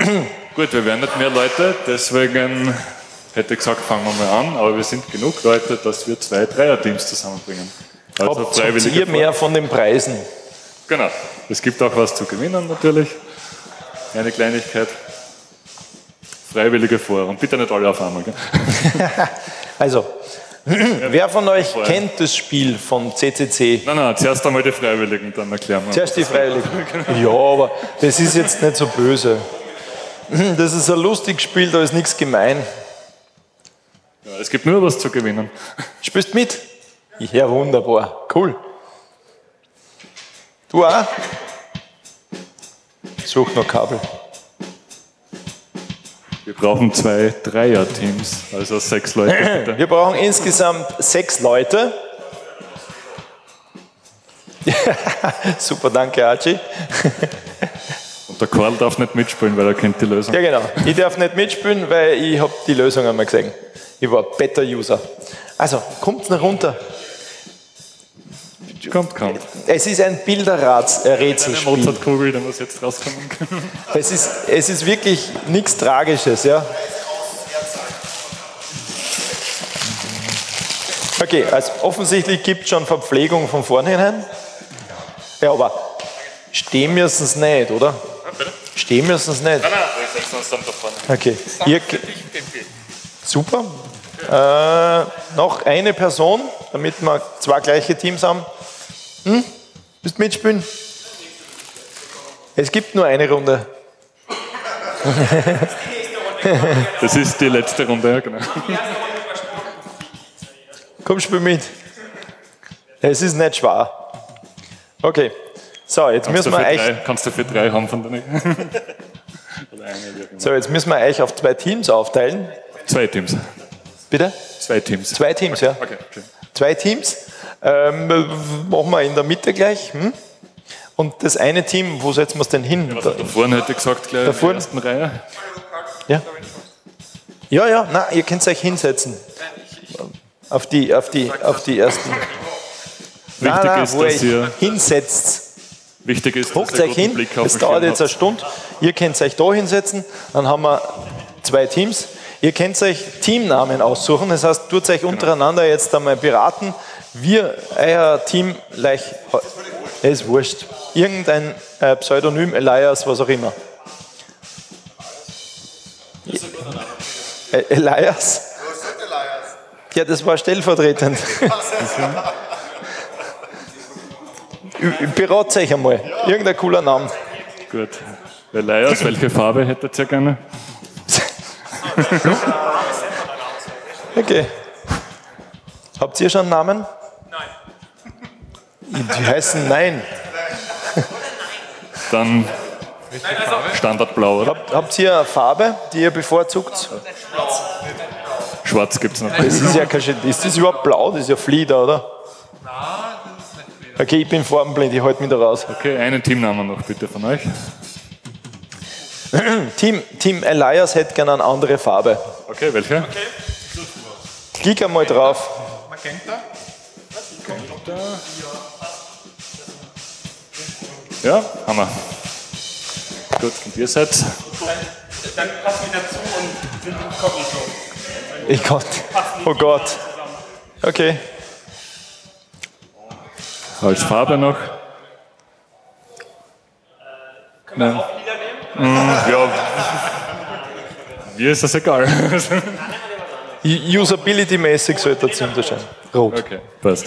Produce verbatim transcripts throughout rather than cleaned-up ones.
Gut, wir werden nicht mehr Leute, deswegen hätte ich gesagt, fangen wir mal an, aber wir sind genug Leute, dass wir zwei Dreier-Teams zusammenbringen. Also habt ihr mehr von den Preisen? Genau. Es gibt auch was zu gewinnen natürlich. Eine Kleinigkeit. Freiwillige vor. Und bitte nicht alle auf einmal. Gell? Also, wer von euch Vorher. kennt das Spiel von C C C? Nein, nein, zuerst einmal die Freiwilligen, dann erklären wir. Zuerst die Freiwilligen. Ja, aber das ist jetzt nicht so böse. Das ist ein lustiges Spiel, da ist nichts gemein. Ja, es gibt nur was zu gewinnen. Spielst mit? Ja, wunderbar. Cool. Du auch? Such noch Kabel. Wir brauchen zwei Dreier-Teams, also sechs Leute. Bitte. Wir brauchen insgesamt sechs Leute. Super, danke Archie. Und der Karl darf nicht mitspielen, weil er kennt die Lösung. Ja genau, ich darf nicht mitspielen, weil ich habe die Lösung einmal gesehen. Ich war Beta-User. Also, kommt noch runter. Kommt, kommt. Es ist ein Bilderrätselspiel. Eine Mozartkugel, da muss jetzt rauskommen. Es ist, es ist wirklich nichts Tragisches, ja. Okay, also offensichtlich gibt es schon Verpflegung von vornherein. Ja, aber stehen müssen es nicht, oder? Stehen müssen es nicht. Nein, nein, wir setzen uns dann da vorne. Okay. Ihr, super. Äh, noch eine Person, damit wir zwei gleiche Teams haben. Hm? Willst du mitspielen? Es gibt nur eine Runde. Das ist die letzte Runde, ja genau. Komm, spiel mit. Es ist nicht schwer. Okay. So, jetzt Kannst müssen wir euch... Drei, kannst du für drei haben von der So, jetzt müssen wir euch auf zwei Teams aufteilen. Zwei Teams. Bitte? Zwei Teams. Zwei Teams, ja. Okay, okay. Zwei Teams. Ähm, machen wir in der Mitte gleich. Hm? Und das eine Team, wo setzen wir es denn hin? Ja, da, da vorne hätte ich gesagt, gleich da in der ersten Reihe. Ja, ja, ja, nein, ihr könnt euch hinsetzen. Auf die, auf die, auf die ersten. Wichtig nein, nein, ist, wo dass ihr ihr hinsetzt. Wichtig ist, Guckt dass ihr euch hin, Blick auf es den dauert Schirm jetzt eine Stunde. Ihr könnt euch da hinsetzen, dann haben wir zwei Teams. Ihr könnt euch Teamnamen aussuchen, das heißt, tut euch untereinander jetzt einmal beraten. Wir, euer Team, gleich, es ist wurscht. Irgendein äh, Pseudonym, Elias, was auch immer. Äh, Elias? Ja, das war stellvertretend. Beratet euch einmal. Irgendein cooler Name. Gut. Elias, welche Farbe hättet ihr gerne? Okay. Habt ihr schon einen Namen? Nein. Die heißen Nein. Dann Standardblau, oder? Habt, habt ihr eine Farbe, die ihr bevorzugt? Schwarz gibt es noch. Das ist, ja kein, ist das überhaupt blau? Das ist ja Flieder, oder? Okay, ich bin farbenblind, ich halte mich da raus. Okay, einen Teamnamen noch bitte von euch. Team, Team Elias hätte gerne eine andere Farbe. Okay, welche? Okay. Klick einmal drauf. Magenta. Magenta. Ja, haben wir. Gut, und ihr seid? Dann passen wir dazu und sind inkognito. Ich Gott. Oh Gott. Okay. Als Farbe noch? Können wir auch Lieder nehmen? Mm, ja. Mir ist das egal. Usability-mäßig sollte das unterscheiden. Rot. Okay, passt.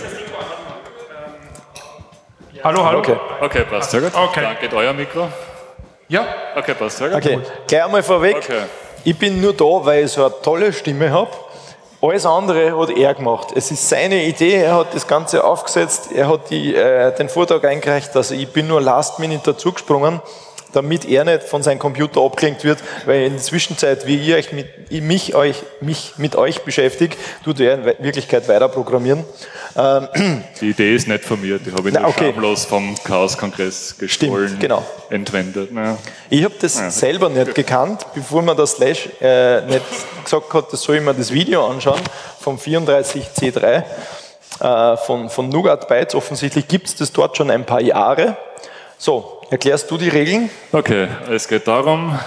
Hallo, hallo. Okay. Okay, passt. Sehr gut. Okay. Dann geht euer Mikro. Ja. Okay, passt. Sehr gut. Okay, gleich einmal vorweg. Okay. Ich bin nur da, weil ich so eine tolle Stimme habe. Alles andere hat er gemacht. Es ist seine Idee, er hat das Ganze aufgesetzt, er hat die, äh, den Vortrag eingereicht, also ich bin nur last minute dazugesprungen, damit er nicht von seinem Computer abgelenkt wird, weil in der Zwischenzeit, wie ihr euch mit, mich, euch, mich mit euch beschäftigt, tut er in Wirklichkeit weiter programmieren. Ähm, Die Idee ist nicht von mir, die habe ich Na, nur okay. schamlos vom Chaos-Kongress gestohlen, Stimmt, genau. entwendet. Ja. Ich habe das Ja. selber nicht gekannt, bevor mir der Slash äh, nicht gesagt hat, das soll ich mir das Video anschauen vom vierunddreißig C drei äh, von, von Nougat Bytes. Offensichtlich gibt es das dort schon ein paar Jahre. So, erklärst du die Regeln? Okay, es geht darum,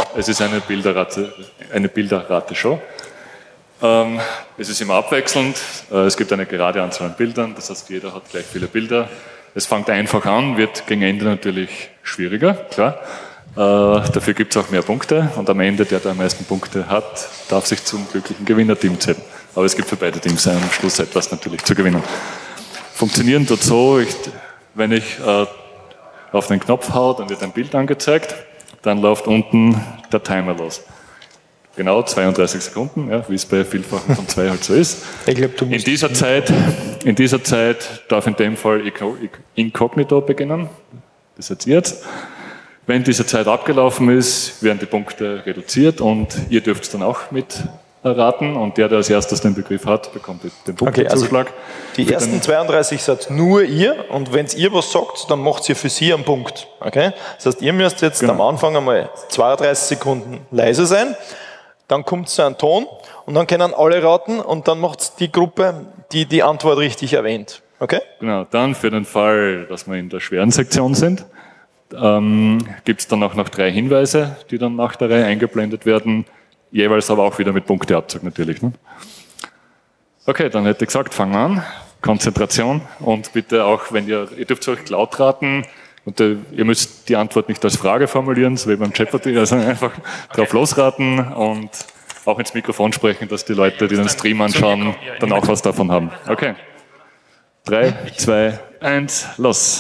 es ist eine Bilderrate, eine Bilderrate-Show. Ähm, es ist immer abwechselnd, äh, es gibt eine gerade Anzahl an Bildern, das heißt, jeder hat gleich viele Bilder. Es fängt einfach an, wird gegen Ende natürlich schwieriger, klar. Äh, dafür gibt es auch mehr Punkte und am Ende, der, der am meisten Punkte hat, darf sich zum glücklichen Gewinnerteam zählen. Aber es gibt für beide Teams am Schluss etwas natürlich zu gewinnen. Funktionieren tut so, ich, wenn ich äh, auf den Knopf haue, dann wird ein Bild angezeigt, dann läuft unten der Timer los. Genau zweiunddreißig Sekunden, ja, wie es bei Vielfachen von zwei halt so ist. Ich glaub, du musst in, dieser Zeit, in dieser Zeit darf in dem Fall Inkognito beginnen. Das seid ihr jetzt. Wenn diese Zeit abgelaufen ist, werden die Punkte reduziert und ihr dürft es dann auch mit erraten und der, der als erstes den Begriff hat, bekommt den Punktezuschlag. Okay, also die ersten zweiunddreißig seid nur ihr und wenn ihr was sagt, dann macht ihr für sie einen Punkt. Okay? Das heißt, ihr müsst jetzt genau. am Anfang einmal zweiunddreißig Sekunden leise sein, dann kommt zu einem Ton und dann können alle raten und dann macht die Gruppe, die die Antwort richtig erwähnt. Okay? Genau, dann für den Fall, dass wir in der schweren Sektion sind, ähm, gibt es dann auch noch drei Hinweise, die dann nach der Reihe eingeblendet werden. Jeweils aber auch wieder mit Punkteabzug natürlich. Ne? Okay, dann hätte ich gesagt, fangen wir an. Konzentration und bitte auch, wenn ihr, ihr dürft euch laut raten und äh, ihr müsst die Antwort nicht als Frage formulieren, so wie beim Jeopardy, also einfach okay. drauf losraten und auch ins Mikrofon sprechen, dass die Leute, die den Stream anschauen, dann auch was davon haben. Okay. Drei, zwei, eins, los.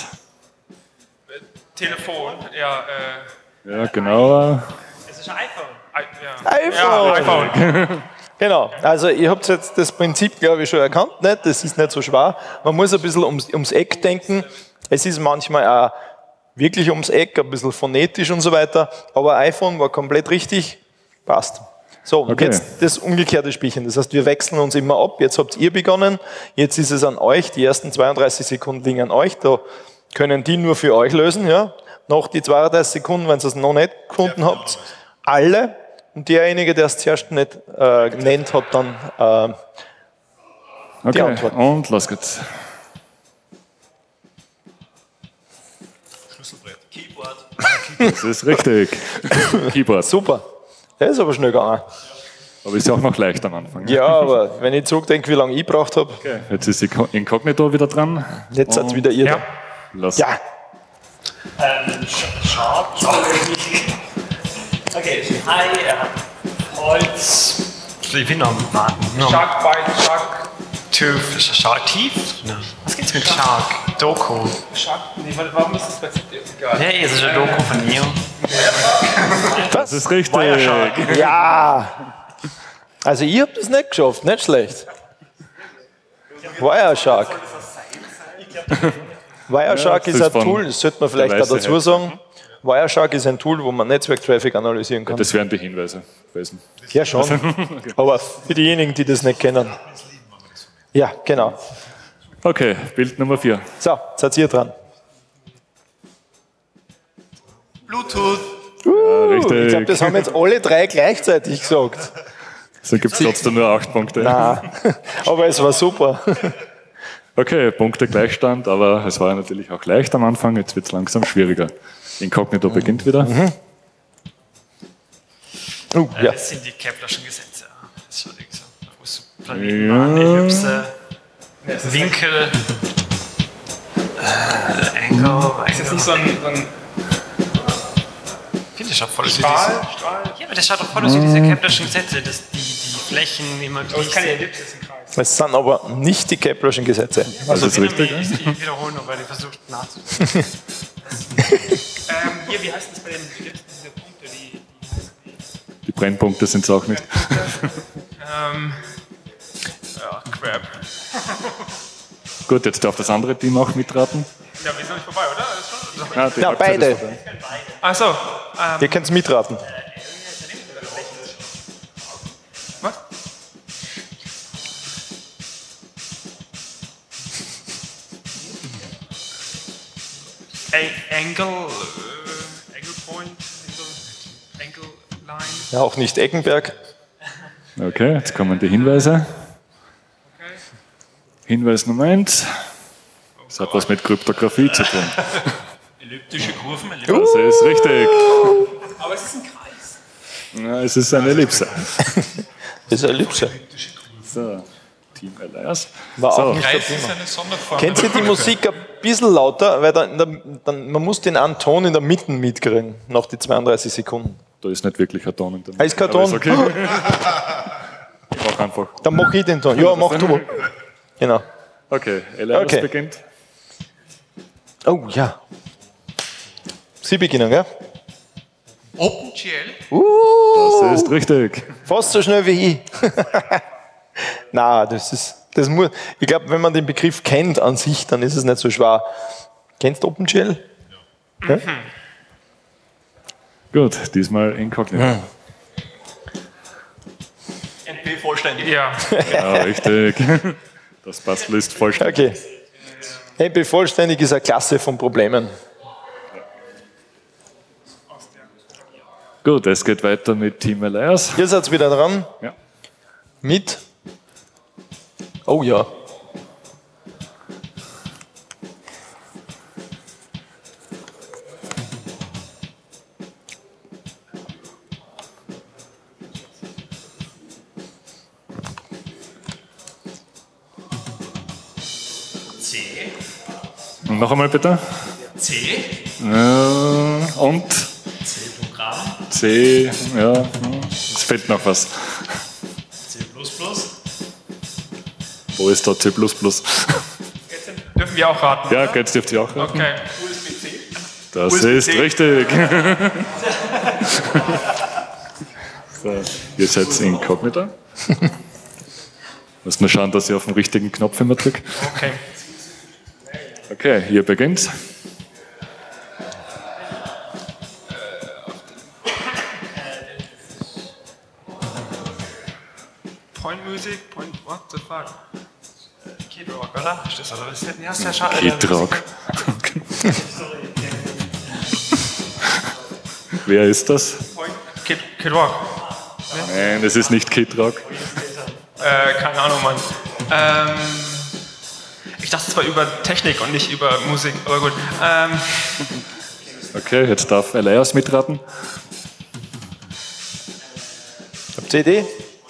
Telefon, ja. Äh, ja, genau. Es ist ein iPhone. iPhone! Ja, iPhone. Genau, also ihr habt jetzt das Prinzip, glaube ich, schon erkannt, nicht? Das ist nicht so schwer. Man muss ein bisschen ums, ums Eck denken. Es ist manchmal auch wirklich ums Eck, ein bisschen phonetisch und so weiter, aber iPhone war komplett richtig, passt. So, und okay. jetzt das umgekehrte Spielchen. Das heißt, wir wechseln uns immer ab. Jetzt habt ihr begonnen, jetzt ist es an euch, die ersten zweiunddreißig Sekunden liegen an euch, da können die nur für euch lösen. Ja? Nach die zweiunddreißig Sekunden, wenn ihr es noch nicht gefunden habt, alle. Und derjenige, der es zuerst nicht äh, nennt, hat dann äh, die okay. Antwort. Und los geht's. Schlüsselbrett. Keyboard. Das ist richtig. Keyboard. Super. Der ist aber schnell gegangen. Aber ist ja auch noch leicht am Anfang. Ja, aber wenn ich zurückdenke, wie lange ich gebraucht habe. Okay. Jetzt ist Inkognito wieder dran. Jetzt seid wieder ihr ja. da. Los. Ja. Ähm, Shark. Okay, Hai, er hat Holz. Ich bin noch am Warten. Shark Bite, Shark. Tooth, Shark Teeth? No. Was gibt's mit Shark? Doku. Shark. Nee, warum ist das bei egal? Ja, es ist ein Doku von Neo. Das ist richtig. Wireshark. Ja. Also ich habe das nicht geschafft, nicht schlecht. Wireshark. Wireshark Ja, ist das ein ist von Tool, das sollte man vielleicht der auch dazu weiße sagen. Wireshark ist ein Tool, wo man Netzwerk-Traffic analysieren kann. Das wären die Hinweise gewesen. Ja, schon. Aber für diejenigen, die das nicht kennen. Ja, genau. Okay, Bild Nummer vier. So, seid ihr dran. Bluetooth. Ja, richtig. Ich glaube, das haben jetzt alle drei gleichzeitig gesagt. So gibt es trotzdem nur acht Punkte. Nein, aber es war super. Okay, Punkte Gleichstand, aber es war natürlich auch leicht am Anfang, jetzt wird es langsam schwieriger. Inkognito beginnt wieder. Mhm. Uh, ja. Das sind die Keplerschen Gesetze. Das ist schon so. Da muss Planeten, ja. Ellipse, Winkel, äh, Angle, Ist das nicht so ein, so ein Ich finde, das schaut voll aus wie Strahl? diese. Strahl? Ja, aber das schaut doch voll aus wie diese Keplerschen Gesetze, dass die, die Flächen immer Aber gleich es ist keine sind. Ellipse, es ist ein Kreis. Es sind aber nicht die Keplerschen Gesetze. Das ist richtig. Ich, ich wiederhole noch, weil ich versucht nachzudenken. Ähm, hier, wie heißt das bei den Ellipsen, diese Punkte, die, die heißen die? Die Brennpunkte sind es auch nicht. Ähm, ja, Crap. Gut, jetzt darf das andere Team auch mitraten. Ja, wir sind noch nicht vorbei, oder? Ist schon? Ah, die Ja, Halbzeit beide. ist vorbei. Achso, ähm, Ihr könnt mitraten. was? A Angle, äh, Angle Point, Angle, Angle Line. Ja, auch nicht Eckenberg. Okay, jetzt kommen die Hinweise. Okay. Hinweis Nummer eins. Das hat was mit Kryptographie zu tun. Elliptische Kurven, Das ist richtig. Aber es ist ein Kreis. Ja, es ist eine Ellipse. Das ist eine Ellipse. So, Team Elias. War So. auch nicht Kreis der ist Thema. eine Sonderform. Kennt ihr die Musik ein bisschen lauter? Weil dann, dann, dann, man muss den einen Ton in der Mitte mitkriegen, nach die zweiunddreißig Sekunden. Da ist nicht wirklich ein Ton in dem. Ah, ist kein Aber Ton? okay. Ich mach einfach. Dann mach ich den Ton. Ja, mach du. Genau. Okay, Elias Okay. beginnt. Oh ja. Sie beginnen, gell? OpenGL? Das ist richtig. Fast so schnell wie ich. Na, das ist, das muss, ich glaube, wenn man den Begriff kennt an sich, dann ist es nicht so schwer. Kennst du OpenGL? Ja? Gut, diesmal inkognito. Hm. N P vollständig. Ja. Ja, richtig. Das Bastel ist vollständig. Okay. N P vollständig ist eine Klasse von Problemen. Gut, es geht weiter mit Team Elias. Ihr seid wieder dran Ja. mit. Oh ja. C. Und noch einmal bitte. C. Äh, und C-Programm. C, ja, hm, es fehlt noch was. C++. Wo ist da C plus plus? Jetzt dürfen wir auch raten. Ja, oder? jetzt dürft ihr auch raten. Okay. Das U S B ist C. richtig. So, ihr seid inkognito. Muss nur schauen, dass ihr auf den richtigen Knopf immer drückt. Okay. Okay, ihr beginnt. Point Music, Point, what the fuck? Kid Rock, oder? Ist das, oder was ist das? Ja, ist ja schade. Kid-Rock. Wer ist das? Point, Kid, Kid Rock. Nein, das ist nicht Kid-Rock. Äh, keine Ahnung, Mann. Ähm, ich dachte zwar über Technik und nicht über Musik, aber gut. Ähm, Okay, jetzt darf Elias mitraten. C D?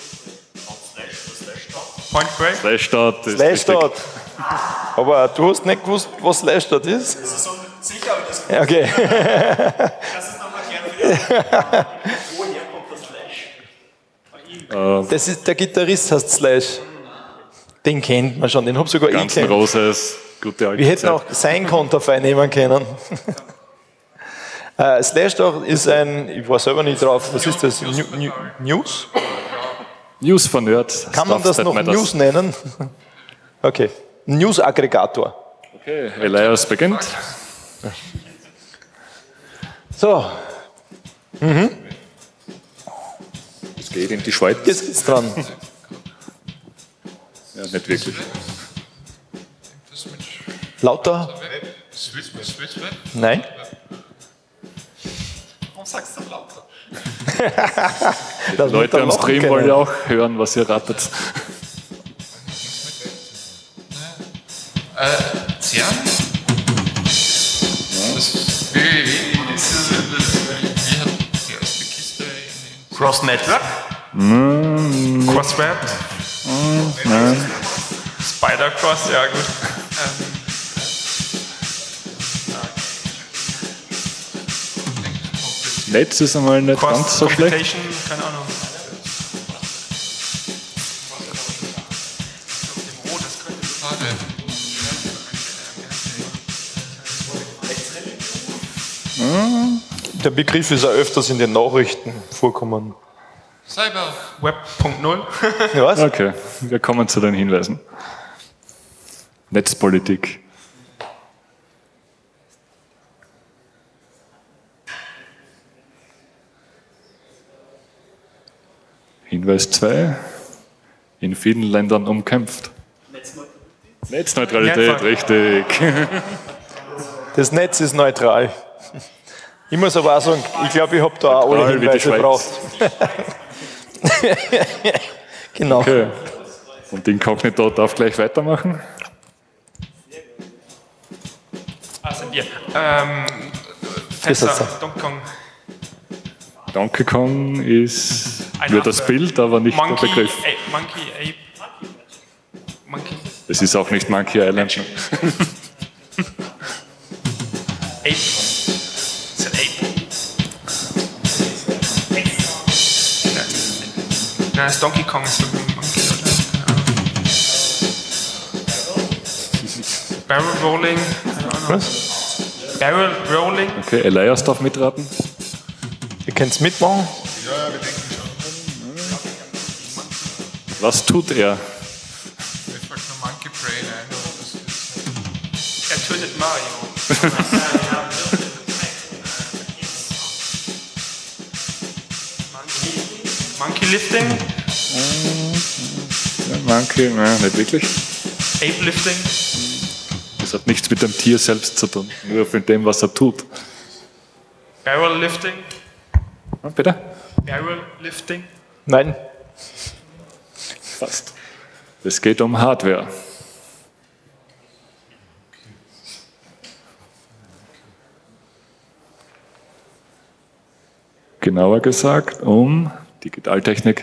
Point Break. Slashdot ist Slashdot. Aber du hast nicht gewusst, was Slashdot ist? Das ist so sicher, aber das, Ja, okay. das ist nochmal klären. Woher kommt das Slash? Das ist, der Gitarrist heißt Slash. Den kennt man schon, den hab sogar ich Ganz ein kennt. Roses, gute alte Wir hätten Zeit. auch sein Konterfei nehmen können. äh, Slashdot ist ein, ich war selber nicht drauf, was ist das? New, New, News? News von Nerds. Kann man das noch News nennen? Okay. News-Aggregator. Okay, Elias beginnt. So, Es geht in die Schweiz. jetzt geht's dran. Ja, nicht wirklich. Lauter? Switch, Switch, Switch. Nein? Warum sagst du lauter? Das Leute am Stream können. wollen ja auch hören, was ihr ratet. Äh, CERN? Das ist, wie, wie, ist das, wie hat die erste Kiste in den Cross Network. Cross Web. Spider Cross, ja gut. Ähm, Netz ist einmal nicht Cross ganz so schlecht. Computation, keine Ahnung. Oh, das könnte total werden. Der Begriff ist ja öfters in den Nachrichten vorkommen. Cyber. Web Punkt null. Ja, was? Okay, wir kommen zu den Hinweisen. Netzpolitik. Hinweis zwei. In vielen Ländern umkämpft. Netzneutralität, Netzwerk. richtig. Das Netz ist neutral. Ich muss aber auch sagen, ich glaube, ich habe da auch alle Neutral wie die Hinweise gebraucht. Genau. Okay. Und Inkognito darf gleich weitermachen. Ah, sind wir. Ähm, Ist das Fenster, so? Donkey Kong. Donkey Kong ist Ein nur das Affe. Bild, aber nicht Monkey, der Begriff. A- Monkey, Ape. Monkey, Es ist auch nicht Monkey Island. Ape. Ist ein Ape. Na, das Donkey Kong ist so ein Monkey, oder? Keine Ahnung. Barrel Rolling. Keine Ahnung. Was? Barrel Rolling. Okay, Elias darf mitraten. Ihr könnt es mitmachen? Was tut er? Mir fällt nur Monkey Brain ein, aber das ist. Er tötet Mario. Monkey, Monkey Lifting. Monkey, nein, nicht wirklich. Ape Lifting. Das hat nichts mit dem Tier selbst zu tun, nur mit dem, was er tut. Barrel Lifting. Ah, bitte? Barrel Lifting. Nein. Fast. Es geht um Hardware. Genauer gesagt um Digitaltechnik.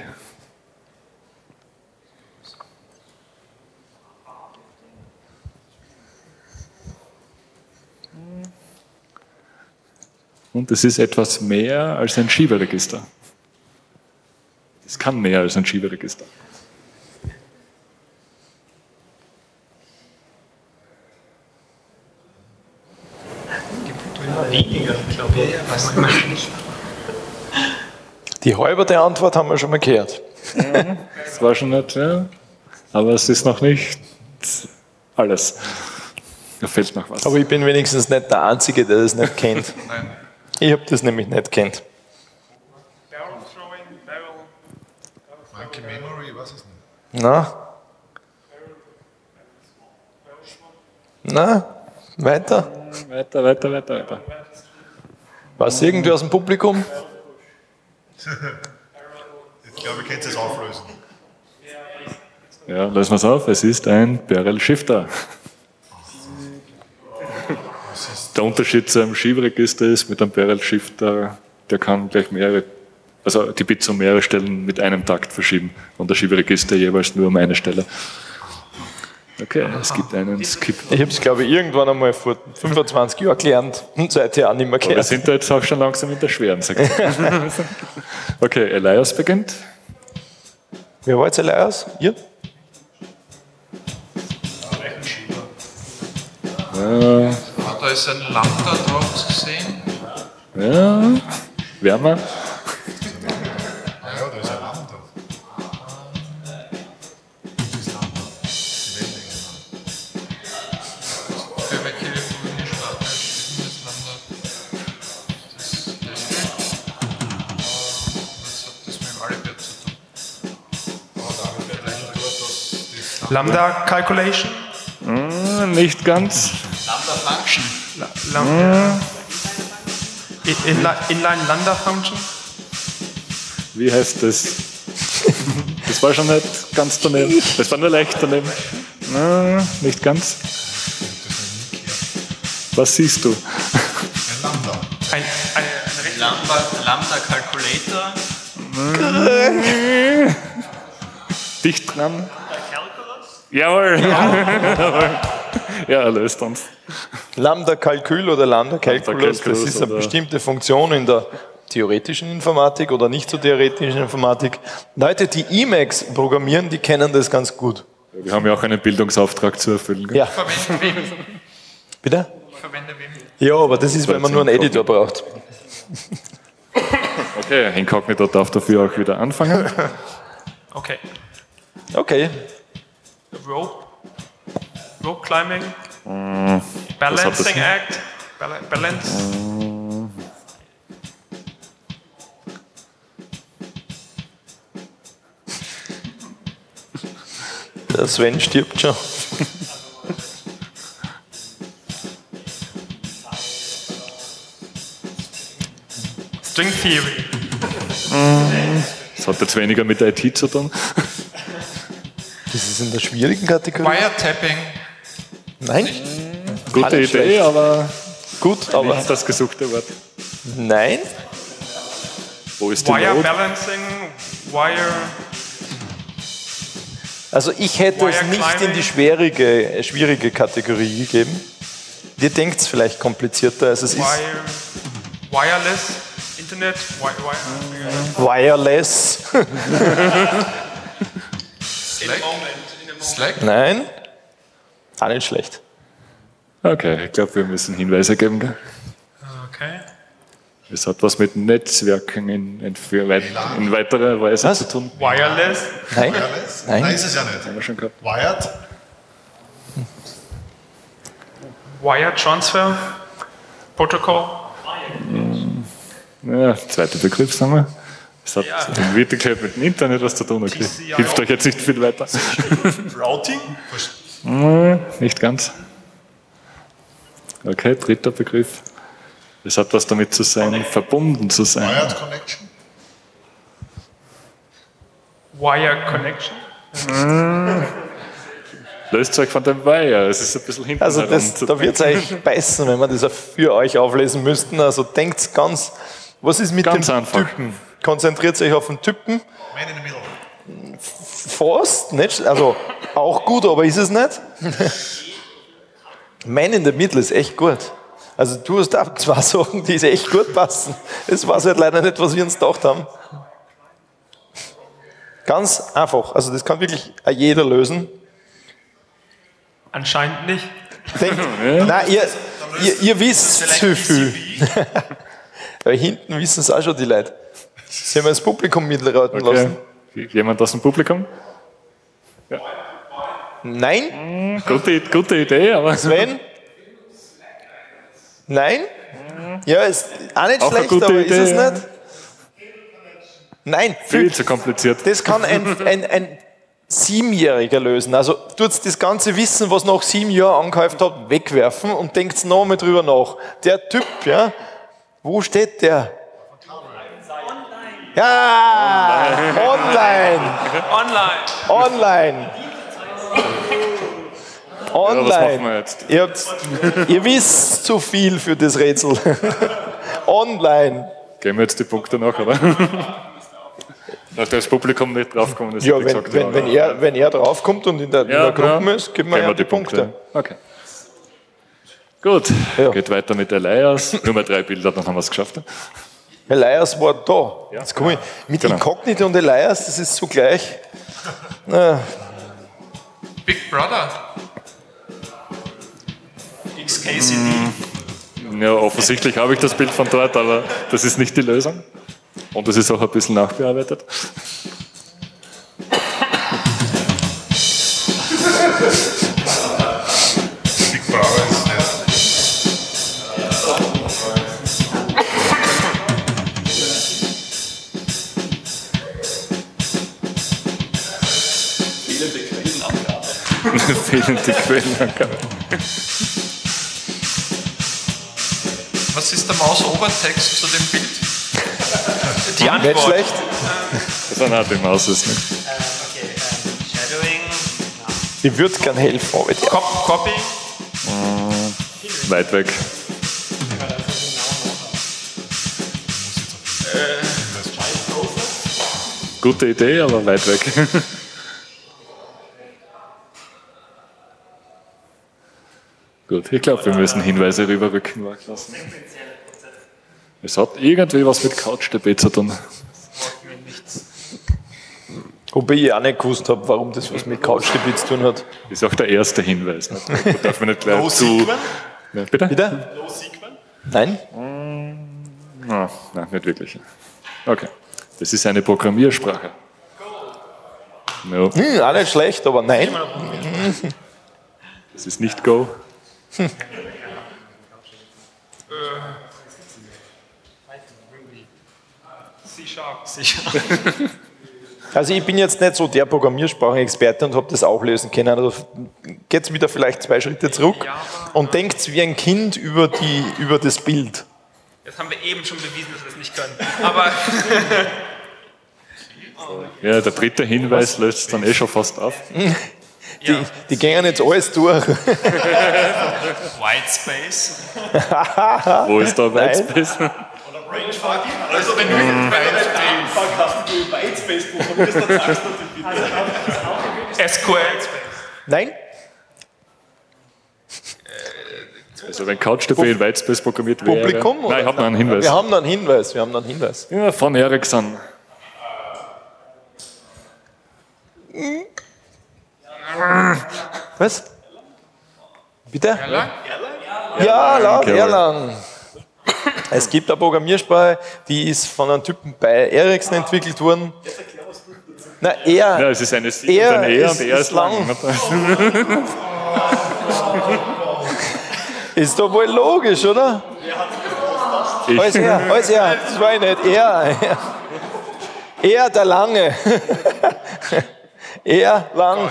Und es ist etwas mehr als ein Schieberegister. Es kann mehr als ein Schieberegister. Weniger, glaube ich. Weiß man nicht. Die halbe Antwort haben wir schon mal gehört. Das war schon nicht, ja. Aber es ist noch nicht alles. Da fehlt noch was. Aber ich bin wenigstens nicht der Einzige, der das nicht kennt. Nein. Ich habe das nämlich nicht kennt. Barrel Throwing, Barrel. Monkey Memory, was ist denn? Na? Na? Weiter? Weiter, weiter, weiter, weiter. Was irgendwer aus dem Publikum? Ich glaube, ihr könnt es auflösen. Ja, lösen wir es auf. Es ist ein Barrel Shifter. Der Unterschied zu einem Schieberegister ist, mit einem Barrel Shifter, der kann gleich mehrere, also die Bits um mehrere Stellen mit einem Takt verschieben und der Schieberegister jeweils nur um eine Stelle. Okay, es gibt einen Skip. Ich habe es, glaube ich, irgendwann einmal vor fünfundzwanzig Jahren gelernt und seither auch nicht mehr Aber wir gehört. sind da jetzt auch schon langsam in der schweren Sektion. Okay, Elias beginnt. Wer war jetzt Elias? Ihr? Ja, Ah, da ist ein Lambda drauf zu sehen. ja, wärmer. Ja, da ist ein Lambda. Für welche Sprache steht das Lambda? Das ist das hier. Was hat das mit dem Alibert zu tun? Aber damit wird eigentlich dort, dass das Lambda Calculation. Hm, nicht ganz. Lambda Function. Lambda. Inline, Inline Lambda Function. Wie heißt das? Das war schon nicht ganz daneben. Das war nur leicht daneben. Na, nicht ganz. Was siehst du? Ein Lambda. Ein, ein, ein Lambda, Lambda Calculator. Dicht dran. Jawohl. Jawohl. Ja, er löst uns. Lambda-Kalkül oder Lambda-Calculus, das Lambda-Calculus ist eine oder- bestimmte Funktion in der theoretischen Informatik oder nicht so theoretischen Informatik. Leute, die Emacs programmieren, die kennen das ganz gut. Wir haben ja auch einen Bildungsauftrag zu erfüllen. Gell? Ja, Verwende Wim. bitte? Ich verwende Wim. Ja, aber das ist, wenn man nur einen Editor braucht. Okay, Inkognito darf dafür auch wieder anfangen. Okay. Okay. Rope. Rope Climbing. das Balancing nicht. Act. Bala Balance. Der Sven stirbt schon. String Theory. Das hat jetzt weniger mit I T zu tun. Das ist in der schwierigen Kategorie. Wiretapping. Nein? Gute Alles Idee, schlecht. aber Gut, aber nicht das gesuchte Wort. nein. Wo ist die Wire Not? Balancing, Wire. Also ich hätte es Wire nicht in climbing. die schwierige, schwierige Kategorie gegeben. Ihr denkt es vielleicht komplizierter, als es ist. Wire, wireless, Internet, wire, wire. Wireless. Slack? Slack? Nein, auch nicht schlecht. Okay, ich glaube, wir müssen Hinweise geben. Gell? Okay. Es hat was mit Netzwerken in, in, für weit, in weiterer Weise Was? zu tun. Wireless, Nein? Wireless? Nein. Nein, ist es ja nicht. Haben wir schon gehabt. Wired? Wire Transfer, Protocol. Ja, zweiter Begriff, sagen wir. Es hat Ja. in Wirklichkeit mit dem Internet was zu tun. Okay. T C I O. Hilft euch jetzt nicht viel weiter. Routing? Hm, nicht ganz. Okay, dritter Begriff. Es hat was damit zu sein, verbunden zu sein. Wired Connection? Wire Connection. Löst euch von dem Wire. Es ist ein bisschen hinten Also herum das, zu da wird es euch beißen, wenn wir das für euch auflesen müssten. Also denkt ganz, was ist mit Ganz dem einfach. Typen? Konzentriert euch auf den Typen. Man in the middle. Fast, nicht? Also auch gut, aber ist es nicht? Man in the Middle ist echt gut. Also du hast auch zwei Sachen, die echt gut passen. Das war halt leider nicht, was wir uns gedacht haben. Ganz einfach. Also das kann wirklich auch jeder lösen. Anscheinend nicht. Denkt, nein, ihr, ihr, ihr wisst zu viel. Weil hinten wissen es auch schon die Leute. Sollen wir das Publikum mitraten lassen? Okay. Jemand aus dem Publikum? Nein? Gute, gute Idee, aber Sven? Nein? Ja, ist auch nicht Auch eine schlecht, gute aber Idee, ist es ja. nicht? Nein, viel zu kompliziert. das kann ein, ein, ein Siebenjähriger lösen. Also tut das ganze Wissen, was nach sieben Jahren angehäuft hat, wegwerfen und denkt noch mal drüber nach. Der Typ, ja, wo steht der? Ja, online, Online. online, Ja, was machen wir online. jetzt? Ihr, habt, ihr wisst zu viel für das Rätsel. Online. Geben wir jetzt die Punkte nach, oder? Nachdem das Publikum nicht draufkommt, ist Ja, wie wenn, gesagt, wenn, wenn, er, wenn er draufkommt und in der, in der Gruppe ist, geben wir ja die Punkte. Okay. Gut, Ja. geht weiter mit Elias. Nur mal drei Bilder, dann haben wir es geschafft. Elias war da. Jetzt komme ich mit Genau. Inkognito und Elias, das ist zugleich. Na, Big Brother. X K C D. Ja, offensichtlich habe ich das Bild von dort, aber das ist nicht die Lösung. Und das ist auch ein bisschen nachbearbeitet. Big Brother ist nicht. Fehlende Quellenangabe. Was ist der Mausobertext zu dem Bild? Die nicht Antwort. schlecht. Das ist eine die Maus ist nicht. Okay, ähm, Shadowing. Ich würde gern helfen, aber der. Cop Copy. Weit weg. Gute Idee, aber weit weg. Gut, ich glaube, wir müssen Hinweise rüberrücken lassen. Es hat irgendwie was mit Couch-D B zu tun. Wobei ich auch nicht gewusst habe, warum das was mit Couch-D B zu tun hat. Ist auch der erste Hinweis. Ne? Da darf man nicht gleich No zu. Sequel? Ja, bitte? Bitte? Nein? Ah, nein, nicht wirklich. Okay. Das ist eine Programmiersprache. No, Hm, auch nicht schlecht, aber nein. das ist nicht Go. C-Sharp. Also ich bin jetzt nicht so der Programmiersprachenexperte und habe das auch lösen können. Also geht wieder vielleicht zwei Schritte zurück und denkt wie ein Kind über, die, über das Bild. Das haben wir eben schon bewiesen, dass wir das nicht können. Aber Ja, der dritte Hinweis löst es dann eh schon fast auf. Die, die gehen jetzt alles durch. White Space. Wo ist da Nein. Whitespace? Also wenn du jetzt Anfang hast, du Whitespace programmierst, dann sagst du das bitte. S Q L. Nein? Also wenn CouchDB in Whitespace programmiert wäre... Publikum? Nein, oder? ich habe noch einen Hinweis. Wir haben noch einen Hinweis. Wir haben noch einen Hinweis. Ja, von Ericsson. Was? Bitte? Erlang? Ja, laut Erlang. Erlang. Es gibt eine Programmiersprache, die ist von einem Typen bei Ericsson entwickelt worden. Na, er. Ja, es ist eine Sie Er und ein E ist- und er ist ist lang. lang. Ist doch wohl logisch, oder? Alles Ich, er, alles er. Das war ich nicht. Er. Er, der Lange. Er, lang.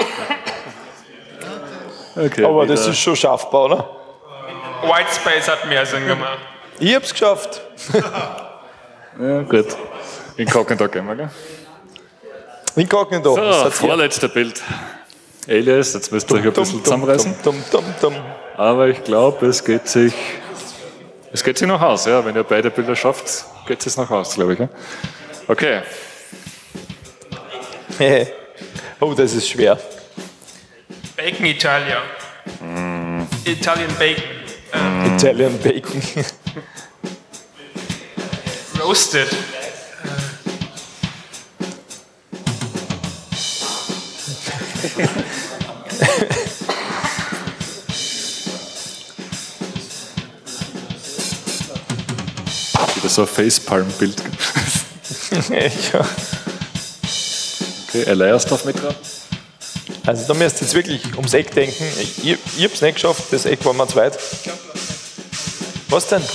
okay, Aber das wieder- ist schon schaffbar, oder? Whitespace hat mehr Sinn gemacht. Ich hab's geschafft. Ja, gut. Inkognito gehen wir, gell? Inkognito. So, Das hat vorletzter Bild. Alias, jetzt müsst ihr euch ein bisschen zusammenreißen. Dum, dum, dum, dum. Aber ich glaube, es geht sich... Es geht sich noch aus, ja. Wenn ihr beide Bilder schafft, geht es noch aus, glaube ich. Ja? Okay. Hehe. Oh, das ist schwer. Bacon Italia. Italian Bacon. Italian Bacon. Roasted. Wieder so ein Facepalm-Bild. Ja. Okay, Elias darf mitraten. Also da müsst ihr jetzt wirklich ums Eck denken. Ich, ich hab's nicht geschafft, das Eck war mal zweit. Was denn?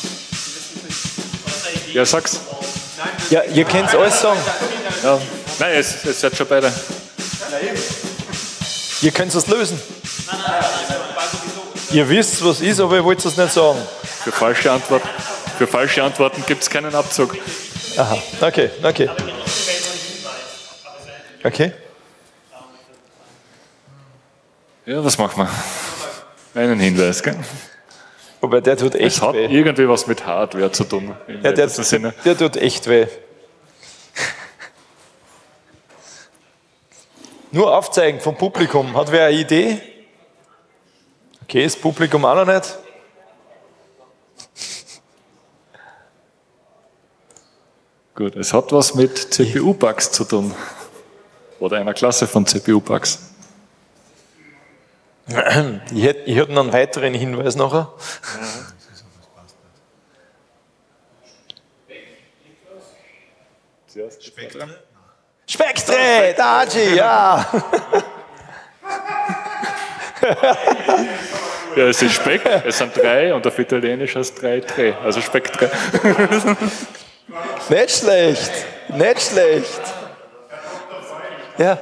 Ja, sag's. Ja, ihr könnt alles sagen. Ja. Nein, es, es seid schon beide. Ihr könnt es lösen. Ihr wisst, was ist, aber ihr wollt es nicht sagen. Für falsche, Antwort, für falsche Antworten gibt es keinen Abzug. Aha, okay, okay. Okay. Ja, was machen wir? Einen Hinweis, gell? Wobei der tut echt Es hat weh. irgendwie was mit Hardware zu tun. Im Ja, der, weitesten Sinne. der tut echt weh. Nur aufzeigen vom Publikum. Hat wer eine Idee? Okay, das Publikum auch noch nicht. Gut, es hat was mit C P U-Bugs zu tun. Oder einer Klasse von C P U-Bugs. Ich hätte, ich hätte noch einen weiteren Hinweis nachher. Spektre, Daji, ja. Ja, es ist Speck, es sind drei und auf Italienisch heißt drei Tre, also Spektre. Nicht schlecht, nicht schlecht. Ja.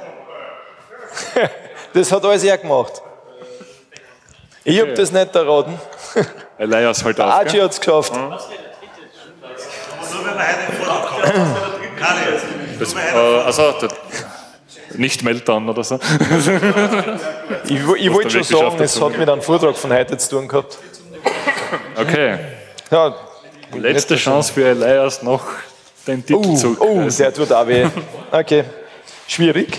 Das hat alles er gemacht. Ich habe das nicht erraten. Elias halt Der auf. Aji Gell? hat es geschafft. Das, äh, also, der, nicht Meltdown oder so. Ich, ich wollte schon wirklich sagen, geschafft es dazu, hat mit einem Vortrag von heute zu tun gehabt. Okay, Ja, letzte Chance für Elias noch den Titel oh, zu oh, reißen. der tut auch weh. Okay, schwierig.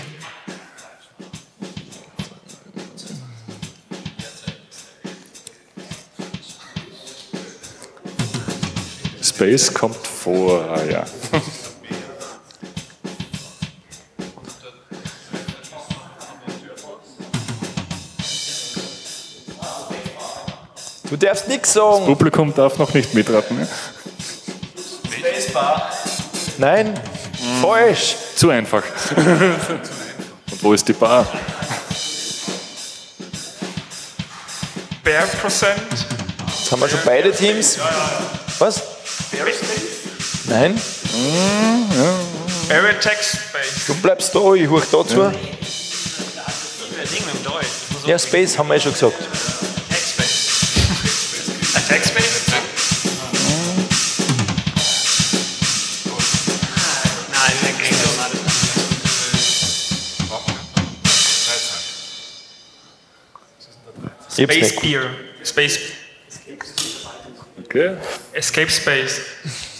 Space kommt vor, ah, ja. Du darfst nichts sagen. Publikum darf noch nicht mitraten. Ne? Nein, falsch. Zu einfach. Und wo ist die Bar? Bear Percent. Jetzt haben wir schon beide Teams. Was? Nein, Veritech Space. du bleibst da, ich huch dazu. Ding im Deutsch. Ja, Space haben wir eh schon gesagt. Text-Space. Text-Space? Nein, der kriegt doch mal Ich hab's Space nicht. Beer. Space. Okay. Escape Space.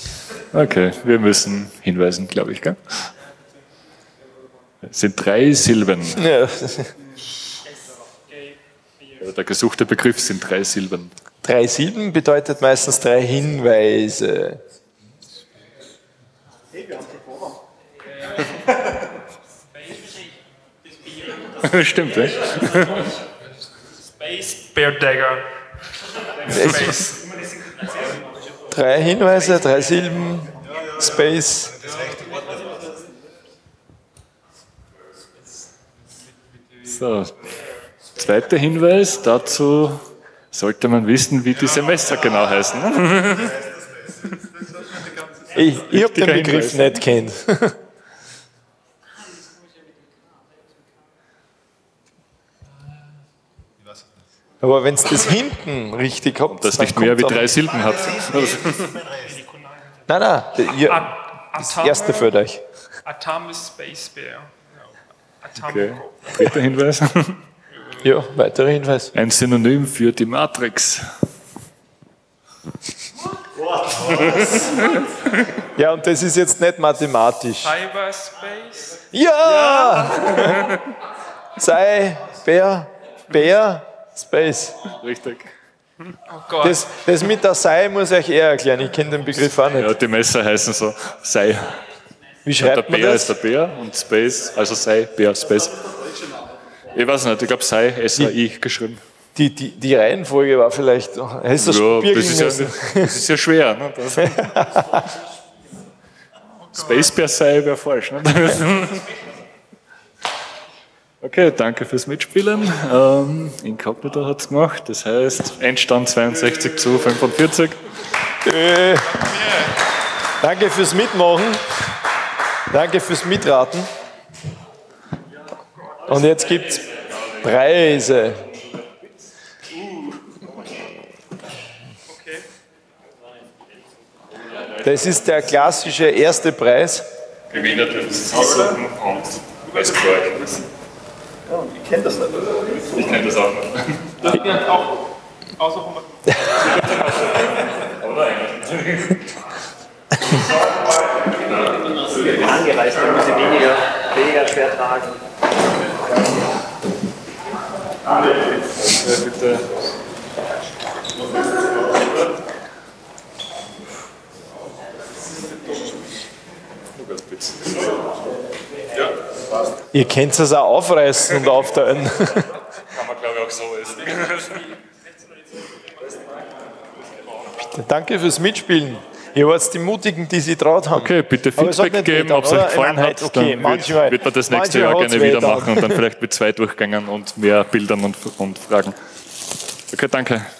Okay, wir müssen hinweisen, glaube ich, gell? Es sind drei Silben. Ja. Der gesuchte Begriff sind drei Silben. Drei Silben bedeutet meistens drei Hinweise. Stimmt, ja? Space Bear Dagger. Space. Drei Hinweise, drei Silben, Space. So, zweiter Hinweis, dazu sollte man wissen, wie diese Messer genau heißen. Ich, ich habe den Wichtiger Begriff Hinweis. nicht kennt. Aber wenn es das hinten richtig habt, Das dann nicht mehr wie kommt's drei auch- Silben hat. Nein, nein, ihr, das Atame, erste für euch. Atame Space Bear. Ja. Atame Okay. Dritter Hinweis. Ja, weiterer Hinweis. Ein Synonym für die Matrix. Ja, und das ist jetzt nicht mathematisch. Cyberspace. Ja! Sei, Bär, Bär, Space. Richtig. Oh Gott. Das, das mit der Sei muss ich euch eher erklären. Ich kenne den Begriff auch nicht. Ja, die Messer heißen so Sei. Wie Der schreibt man Bär ist das? der Bär und Space, also Sei, Bär, Space. Ich weiß nicht, ich glaube Sei, S A I geschrieben. Die, die, die Reihenfolge war vielleicht. Hast du das Ja, spiegeln das ist ja, müssen? das ist ja schwer. Ne? Das Space Bear Sei wäre falsch. Ne? Okay, danke fürs Mitspielen. Ähm, Incognito hat es gemacht, das heißt Endstand zweiundsechzig zu fünfundvierzig. Äh, danke fürs Mitmachen. Danke fürs Mitraten. Und jetzt gibt es Preise. Das ist der klassische erste Preis. Gewinner dürfen es aussuchen und weiß für euch. Ich kenne das nicht. Ich kenne das auch nicht. Das wird auch aussuchen. Angereist, dann muss ich weniger, weniger schwer tragen. Ja, bitte. Ihr könnt es auch aufreißen und aufteilen. Kann man, glaube ich, auch so essen. Danke fürs Mitspielen. Ihr wart die Mutigen, die sich traut haben. Okay, bitte Aber es hat Feedback nicht geben, wehgetan, ob es euch oder? gefallen Nein, hat. okay, Dann manchmal- wird, wird man das nächste manchmal Jahr hat's gerne wieder wehgetan. machen und dann vielleicht mit zwei Durchgängen und mehr Bildern und, und Fragen. Okay, danke.